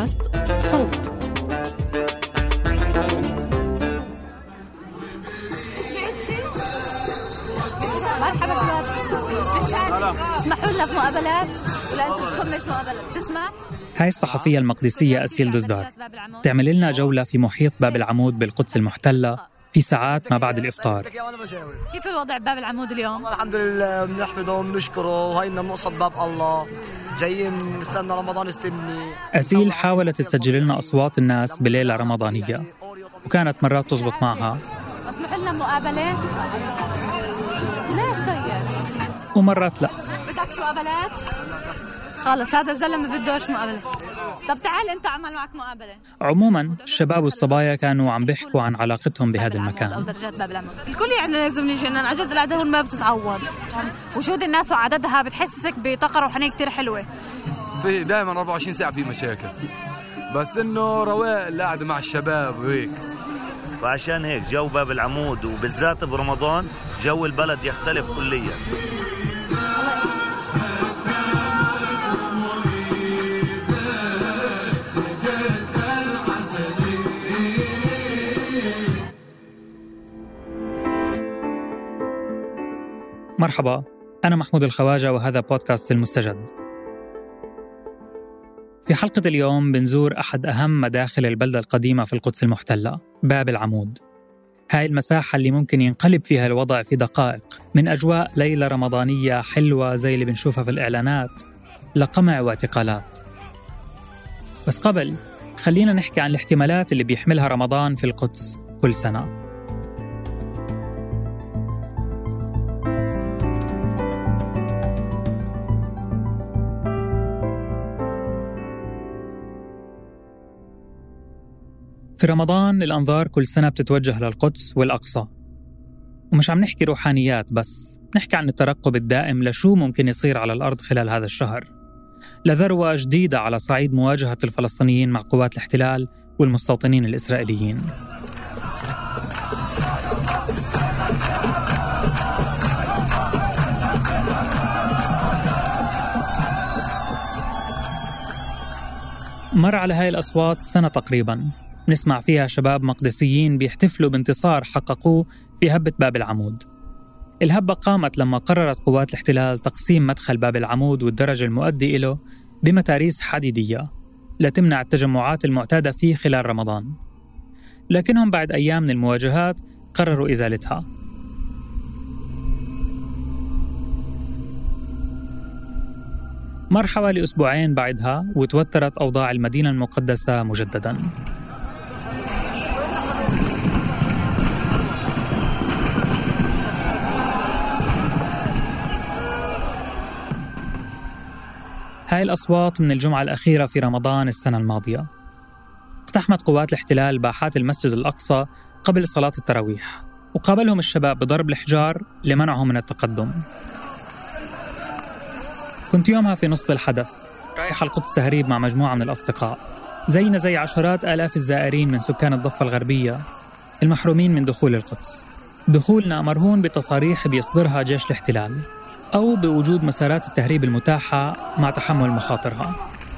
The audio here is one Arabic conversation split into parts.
بودكاست صوت. مرحبا شباب، اسمحوا لنا بمقابلات ولا انتم تكملوا مقابلات؟ تسمع؟ هاي الصحفية المقدسية أسيل دوزدار تعمل لنا جولة في محيط باب العمود بالقدس المحتلة في ساعات ما بعد الإفطار. كيف الوضع بباب العمود اليوم؟ الحمد لله، بنحمده وبنشكره، وهينا بنقصد باب الله، جايين نستنى رمضان استني. أسيل حاولت تسجل لنا أصوات الناس بليلة رمضانية، وكانت مرات تزبط معها اسمح لنا مقابلة؟ ليش طيب؟ ومرات لا. بدكش مقابلات؟ خلص هذا الزلمة بدوش مقابلة. طب تعال انت عمل معك مقابلة. عموما الشباب والصبايا كانوا عم بيحكوا عن علاقتهم بهذا المكان. أو درجات باب العمود. الكل يعني لازم نيجي، إن عن جد القعدة هون ما بتتعوض. وجود الناس وعددها بتحسسك بطاقة روحانية كتير حلوة. في دائما 24 ساعة في مشاكل، بس إنه رواق القعدة مع الشباب وهيك. وعشان هيك جو باب العمود وبالذات برمضان جو البلد يختلف كليا. مرحبا، أنا محمود الخواجة وهذا بودكاست المستجد. في حلقة اليوم بنزور أحد أهم مداخل البلدة القديمة في القدس المحتلة، باب العمود. هاي المساحة اللي ممكن ينقلب فيها الوضع في دقائق، من أجواء ليلة رمضانية حلوة زي اللي بنشوفها في الإعلانات لقمع واعتقالات. بس قبل خلينا نحكي عن الاحتمالات اللي بيحملها رمضان في القدس كل سنة. في رمضان الأنظار كل سنة بتتوجه للقدس والأقصى، ومش عم نحكي روحانيات بس، نحكي عن الترقب الدائم لشو ممكن يصير على الأرض خلال هذا الشهر، لذروة جديدة على صعيد مواجهة الفلسطينيين مع قوات الاحتلال والمستوطنين الإسرائيليين. مر على هاي الأصوات سنة تقريباً، نسمع فيها شباب مقدسيين بيحتفلوا بانتصار حققوه في هبة باب العمود. الهبة قامت لما قررت قوات الاحتلال تقسيم مدخل باب العمود والدرج المؤدي إله بمتاريس حديدية لتمنع التجمعات المعتادة فيه خلال رمضان، لكنهم بعد أيام من المواجهات قرروا إزالتها. مر حوالي أسبوعين بعدها وتوترت أوضاع المدينة المقدسة مجدداً. هاي الأصوات من الجمعة الأخيرة في رمضان السنة الماضية. اقتحمت قوات الاحتلال باحات المسجد الأقصى قبل صلاة التراويح، وقابلهم الشباب بضرب الحجار لمنعهم من التقدم. كنت يومها في نص الحدث رايح القدس تهريب مع مجموعة من الأصدقاء، زينا زي عشرات آلاف الزائرين من سكان الضفة الغربية المحرومين من دخول القدس. دخولنا مرهون بتصاريح بيصدرها جيش الاحتلال أو بوجود مسارات التهريب المتاحة مع تحمل مخاطرها.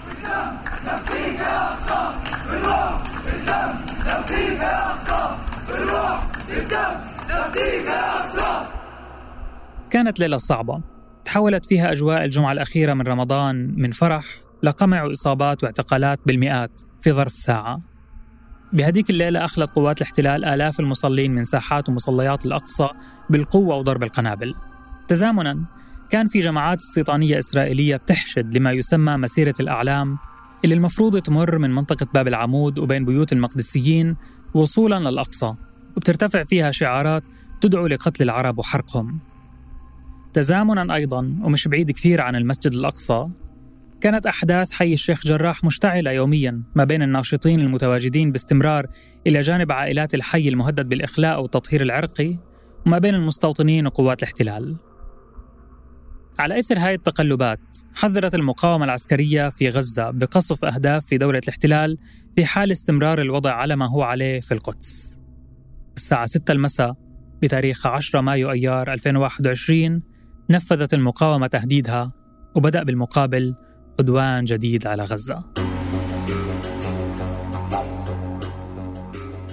كانت ليلة صعبة تحولت فيها أجواء الجمعة الأخيرة من رمضان من فرح لقمع وإصابات واعتقالات بالمئات في ظرف ساعة. بهديك الليلة أخلت قوات الاحتلال آلاف المصلين من ساحات ومصليات الأقصى بالقوة وضرب القنابل. تزامناً كان في جماعات استيطانية إسرائيلية بتحشد لما يسمى مسيرة الأعلام، اللي المفروض تمر من منطقة باب العمود وبين بيوت المقدسيين وصولاً للأقصى، وبترتفع فيها شعارات تدعو لقتل العرب وحرقهم. تزامناً أيضاً ومش بعيد كثير عن المسجد الأقصى، كانت أحداث حي الشيخ جراح مشتعلة يومياً ما بين الناشطين المتواجدين باستمرار إلى جانب عائلات الحي المهدد بالإخلاء والتطهير العرقي، وما بين المستوطنين وقوات الاحتلال. على إثر هاي التقلبات حذرت المقاومة العسكرية في غزة بقصف أهداف في دولة الاحتلال في حال استمرار الوضع على ما هو عليه في القدس. الساعة 6 المساء بتاريخ 10 مايو أيار 2021 نفذت المقاومة تهديدها، وبدأ بالمقابل عدوان جديد على غزة.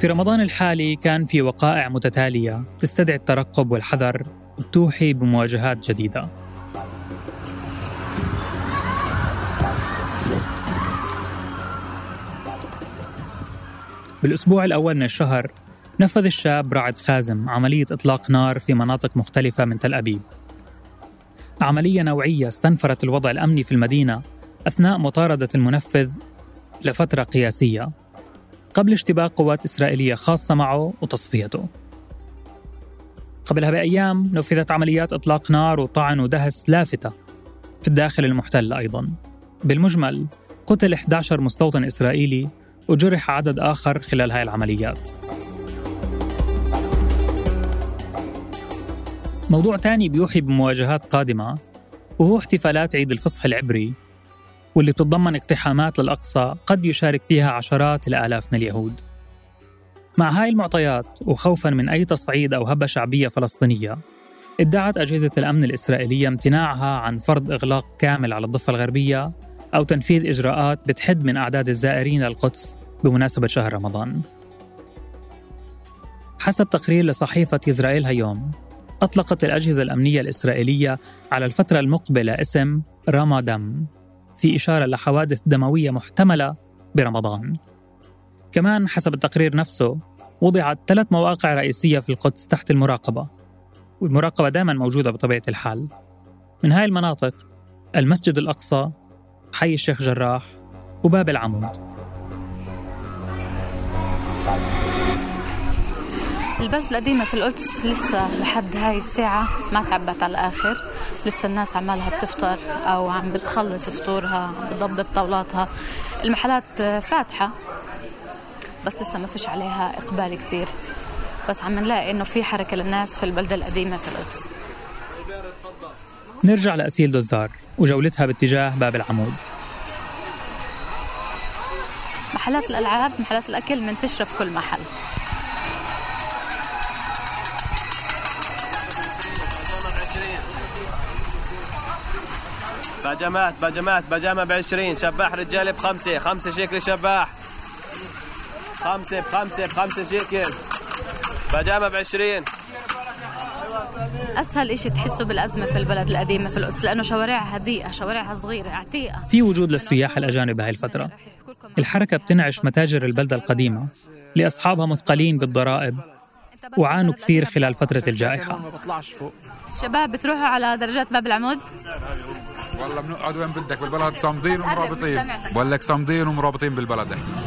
في رمضان الحالي كان في وقائع متتالية تستدعي الترقب والحذر وتوحي بمواجهات جديدة. بالأسبوع الأول من الشهر نفذ الشاب رعد خازم عملية إطلاق نار في مناطق مختلفة من تل أبيب. عملية نوعية استنفرت الوضع الأمني في المدينة أثناء مطاردة المنفذ لفترة قياسية قبل اشتباك قوات إسرائيلية خاصة معه وتصفيته. قبلها بأيام نفذت عمليات إطلاق نار وطعن ودهس لافتة في الداخل المحتل أيضاً. بالمجمل قتل 11 مستوطن إسرائيلي وجرح عدد آخر خلال هاي العمليات. موضوع تاني بيوحي بمواجهات قادمة وهو احتفالات عيد الفصح العبري، واللي بتتضمن اقتحامات للأقصى قد يشارك فيها عشرات الآلاف من اليهود. مع هاي المعطيات وخوفاً من أي تصعيد أو هبة شعبية فلسطينية، ادعت أجهزة الأمن الإسرائيلية امتناعها عن فرض إغلاق كامل على الضفة الغربية أو تنفيذ إجراءات بتحد من أعداد الزائرين للقدس بمناسبة شهر رمضان. حسب تقرير لصحيفة إسرائيل هيوم، أطلقت الأجهزة الأمنية الإسرائيلية على الفترة المقبلة اسم رمضان في إشارة لحوادث دموية محتملة برمضان. كمان حسب التقرير نفسه وضعت 3 مواقع رئيسية في القدس تحت المراقبة، والمراقبة دائما موجودة بطبيعة الحال. من هاي المناطق المسجد الأقصى، حي الشيخ جراح، وباب العمود. البلد القديمة في القدس لسه لحد هاي الساعة ما تعبت على الآخر، لسه الناس عمالها بتفطر أو عم بتخلص فطورها، عم بتضبط طاولاتها، المحلات فاتحة بس لسه ما فيش عليها إقبال كتير، بس عم نلاقي إنه في حركة للناس في البلدة القديمة في القدس. نرجع لأسيل دوزدار وجولتها باتجاه باب العمود. محلات الألعاب، محلات الأكل منتشرة في كل محل. باجامة ب20، شباح رجالي ب5، 5 شيكل شباح، 5 ب5 شيكل، باجامة ب20. أسهل إشي تحسه بالأزمة في البلد القديمة في القدس لأنه شوارعها ضيقة، شوارعها صغيرة عتيقة. في وجود للسياح الأجانب هاي الفترة. الحركة بتنعش متاجر البلدة القديمة لأصحابها مثقلين بالضرائب وعانوا كثير خلال فترة الجائحة. شباب بتروحوا على درجات باب العمود؟ والله بنقعد وين بدك بالبلد، صامدين ومرابطين. بقول لك صامدين ومرابطين بالبلد.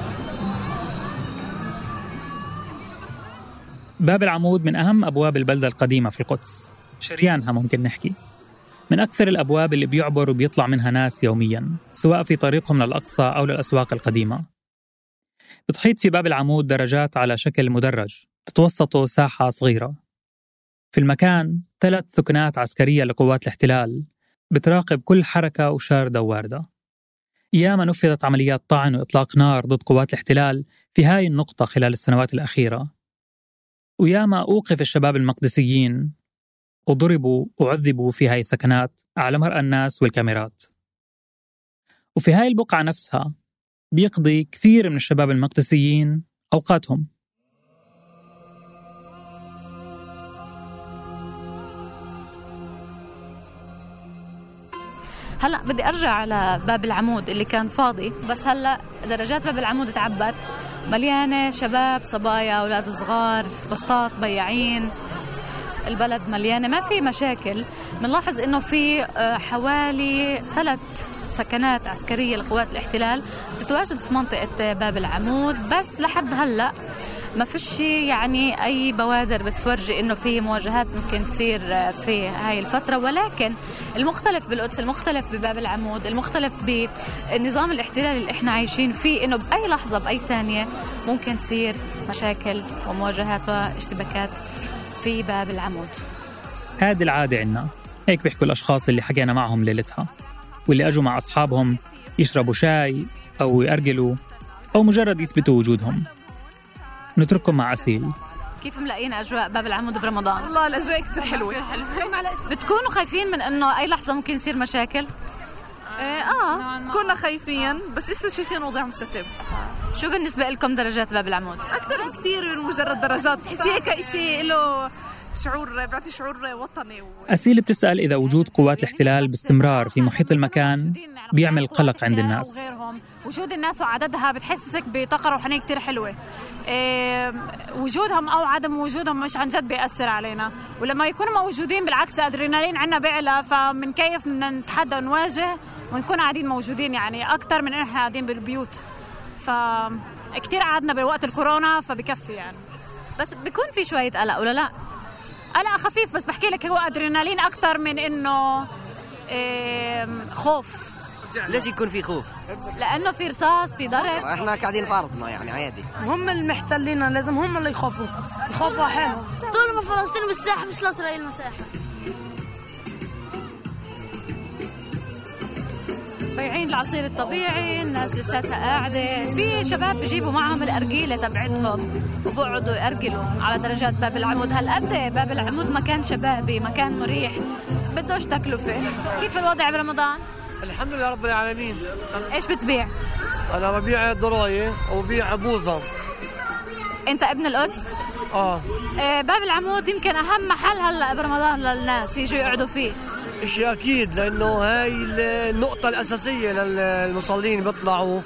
باب العمود من أهم أبواب البلدة القديمة في القدس، شريانها ممكن نحكي. من أكثر الأبواب اللي بيعبر وبيطلع منها ناس يومياً، سواء في طريقهم للأقصى أو للأسواق القديمة. بتحيط في باب العمود درجات على شكل مدرج تتوسطه ساحة صغيرة. في المكان 3 ثكنات عسكرية لقوات الاحتلال بتراقب كل حركة وشاردة وواردة. ياما نفذت عمليات طعن وإطلاق نار ضد قوات الاحتلال في هاي النقطة خلال السنوات الأخيرة، وياما أوقف الشباب المقدسيين وضربوا وعذبوا في هاي الثكنات على مرأى الناس والكاميرات. وفي هاي البقعة نفسها بيقضي كثير من الشباب المقدسيين أوقاتهم. هلأ بدي أرجع على باب العمود اللي كان فاضي، بس هلأ درجات باب العمود تعبت، مليانة شباب، صبايا، أولاد صغار، بسطات، بياعين. البلد مليانة، ما في مشاكل. منلاحظ إنه في حوالي 3 ثكنات عسكرية لقوات الاحتلال تتواجد في منطقة باب العمود، بس لحد هلأ ما فيش يعني أي بوادر بتورجي إنه في مواجهات ممكن تصير في هاي الفترة. ولكن المختلف بالقدس، المختلف بباب العمود، المختلف بالنظام الاحتلالي اللي احنا عايشين فيه، إنه بأي لحظة بأي ثانية ممكن تصير مشاكل ومواجهات واشتباكات في باب العمود. هذه العادة عنا، هيك بيحكوا الأشخاص اللي حكينا معهم ليلتها، واللي أجوا مع أصحابهم يشربوا شاي أو يأرجلوا أو مجرد يثبتوا وجودهم. نترككم مع أسيل. كيف ملاقين أجواء باب العمود برمضان؟ والله الأجواء كتير حلوة. بتكونوا خايفين من إنه أي لحظة ممكن يصير مشاكل؟ كنا خايفين، بس لسه شايفين وضع مستتب. شو بالنسبة لكم درجات باب العمود؟ أكثر بكثير من مجرد درجات، تحسي هيك شيء له شعور، بيعطي شعور وطني. أسيل بتسأل إذا وجود قوات الاحتلال باستمرار في محيط المكان بيعمل قلق عند الناس. وجود الناس وعددها بتحسسك بطاقة روحانية كتير حلوة. وجودهم أو عدم وجودهم مش عن جد بيأثر علينا، ولما يكونوا موجودين بالعكس الأدرينالين عنا بيعلى، فمن كيف نتحدى ونواجه ونكون قاعدين موجودين يعني أكتر من إحنا قاعدين بالبيوت. فكتير قعدنا بوقت الكورونا فبكفي يعني. بس بيكون في شوية قلق ولا لا؟ قلق خفيف، بس بحكي لك هو أدرينالين أكتر من إنه خوف. ليش يكون في خوف؟ لأنه في رصاص، في ضرب. احنا قاعدين في أرضنا يعني عادي. هم المحتلين لازم هم اللي يخافوا حالهم. طول ما فلسطين بالساحة مش لإسرائيل مساحة. بيعين العصير الطبيعي، الناس لساتها قاعدة، في شباب بيجيبوا معهم الأرجيلة تبعتهم وبقعدوا يأرجلوا على درجات باب العمود. هالقد باب العمود مكان شبابي، مكان مريح، بدوش تاكلوا فيه. كيف الوضع برمضان؟ الحمد لله رب العالمين. ايش بتبيع؟ انا ببيع ضرايه وببيع بوظه. انت ابن القدس؟ باب العمود يمكن اهم محل هلا برمضان للناس يجوا يقعدوا فيه. شيء اكيد، لانه هاي النقطه الاساسيه للمصلين بيطلعوا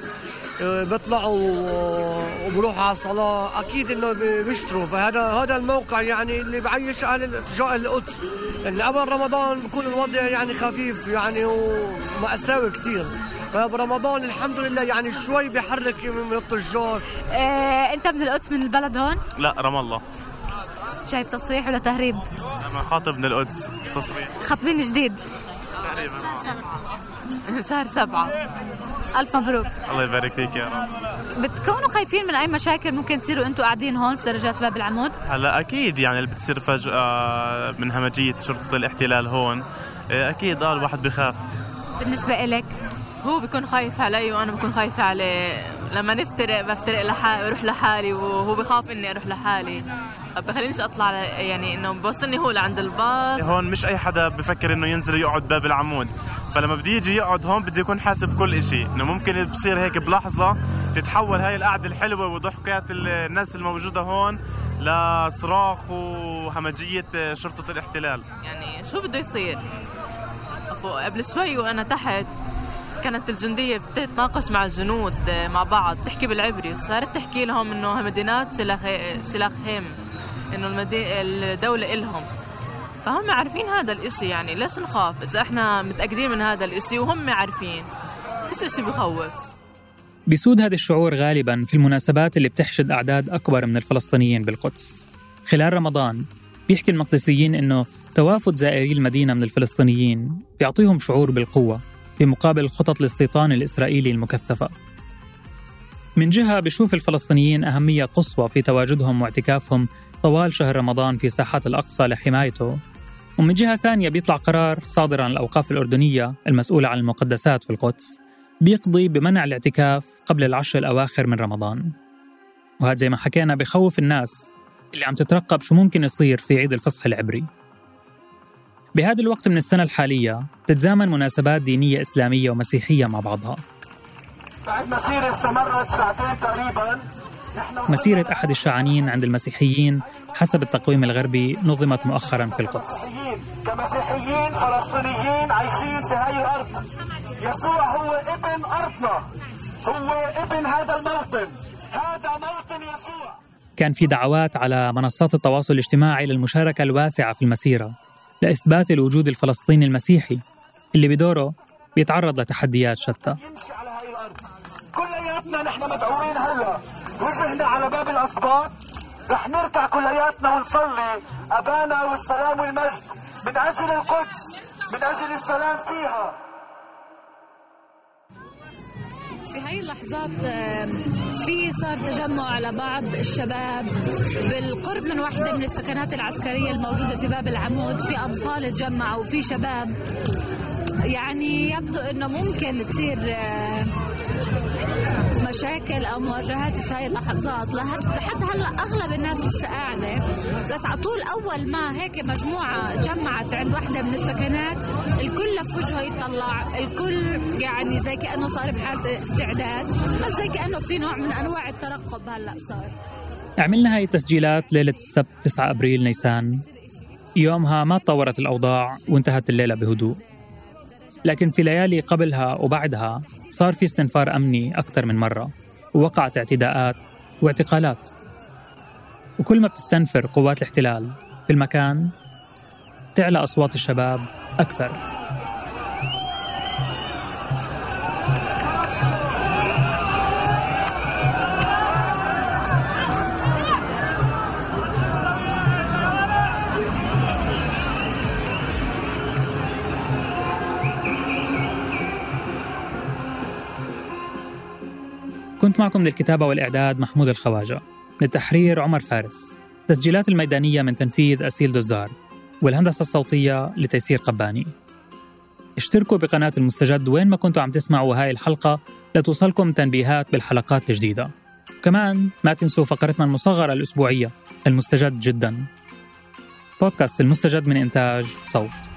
وبروحوا على الصلاه، اكيد انه بيشتروا. فهذا الموقع يعني اللي بعيش اهل القدس. لان قبل رمضان بكون الوضع يعني خفيف يعني ومأساوي كتير، فبرمضان الحمد لله يعني شوي بيحرك من التجار. انت من القدس، من البلد هون؟ لا، رام الله. شايف تصريح ولا تهريب؟ انا خاطب من القدس. تصريح. خاطبين جديد تقريبا شهر 7. ألف مبروك. الله يبارك فيك يا رب. بتكونوا خايفين من أي مشاكل ممكن تصيروا أنتوا قاعدين هون في درجات باب العمود؟ هلا أكيد يعني اللي بتصير فجأة من همجية شرطة الاحتلال هون، أكيد الواحد بخاف. بالنسبة إلك؟ هو بيكون خايف علي وأنا بكون خايفة عليه. لما بفترق لحالي، بروح لحالي وهو بخاف إني أروح لحالي، بخلينيش أطلع يعني إنه بوصلني هو لعند الباص. هون مش أي حدا بفكر إنه ينزل يقعد باب العمود، فلما بدي يجي يقعد هون بدي يكون حاسب كل إشي، إنه ممكن بصير هيك بلحظة تتحول هاي القعدة الحلوة وضحكات الناس الموجودة هون لصراخ وهمجية شرطة الاحتلال. يعني شو بده يصير؟ قبل شوي وأنا تحت كانت الجندية بتتناقش مع الجنود مع بعض، تحكي بالعبري، صارت تحكي لهم إنه مدينات شلاخهم، إنه الدولة إلهم، فهم عارفين هذا الإشي. يعني ليش نخاف إذا إحنا متأكدين من هذا الإشي وهم عارفين؟ إيش إشي بخوف. بيسود هذا الشعور غالباً في المناسبات اللي بتحشد أعداد أكبر من الفلسطينيين بالقدس. خلال رمضان بيحكي المقدسيين إنه توافد زائري المدينة من الفلسطينيين بيعطيهم شعور بالقوة بمقابل خطط الاستيطان الإسرائيلي المكثفة. من جهة بيشوف الفلسطينيين أهمية قصوى في تواجدهم واعتكافهم طوال شهر رمضان في ساحات الأقصى لحمايته، ومن جهة ثانية بيطلع قرار صادر عن الأوقاف الأردنية المسؤولة عن المقدسات في القدس بيقضي بمنع الاعتكاف قبل العشر الأواخر من رمضان. وهذا زي ما حكينا بخوف الناس اللي عم تترقب شو ممكن يصير في عيد الفصح العبري. بهذا الوقت من السنة الحالية تتزامن مناسبات دينية إسلامية ومسيحية مع بعضها. بعد مسيرة استمرت ساعتين تقريباً. مسيرة أحد الشعانين عند المسيحيين حسب التقويم الغربي نظمت مؤخراً في القدس. كمسيحيين فلسطينيين عايشين في هاي الأرض، يسوع هو ابن أرضنا، هو ابن هذا الموطن، هذا موطن يسوع. كان في دعوات على منصات التواصل الاجتماعي للمشاركة الواسعة في المسيرة لإثبات الوجود الفلسطيني المسيحي اللي بدوره بيتعرض لتحديات شتى. كلياتنا نحن مدعوين هلا، وجهنا على باب الأسباط، رح نركع كلياتنا ونصلي أبانا والسلام والمجد من أجل القدس، من أجل السلام فيها. في هاي اللحظات في صار تجمع على بعض الشباب بالقرب من واحدة من الثكنات العسكرية الموجودة في باب العمود. في أطفال تجمعوا وفي شباب، يعني يبدو أنه ممكن تصير مشاكل أو مواجهات في هاي اللحظات. لحد هلأ أغلب الناس لسه قاعدة، بس على طول أول ما هيك مجموعة جمعت عند واحدة من الثكنات الكل لف وجهه يطلع، الكل يعني زي كأنه صار بحالة استعداد، بس زي كأنه في نوع من أنواع الترقب هلأ صار. عملنا هاي التسجيلات ليلة السبت 9 أبريل نيسان. يومها ما تطورت الأوضاع وانتهت الليلة بهدوء، لكن في ليالي قبلها وبعدها صار في استنفار أمني أكثر من مرة، ووقعت اعتداءات واعتقالات. وكل ما بتستنفر قوات الاحتلال في المكان تعلى أصوات الشباب أكثر. كنت معكم للكتابة والإعداد محمود الخواجة، للتحرير عمر فارس، تسجيلات الميدانية من تنفيذ أسيل دوزار، والهندسة الصوتية لتيسير قباني. اشتركوا بقناة المستجد وين ما كنتوا عم تسمعوا هاي الحلقة لتوصلكم تنبيهات بالحلقات الجديدة. كمان ما تنسوا فقرتنا المصغرة الأسبوعية المستجد جدا. بودكاست المستجد من إنتاج صوت.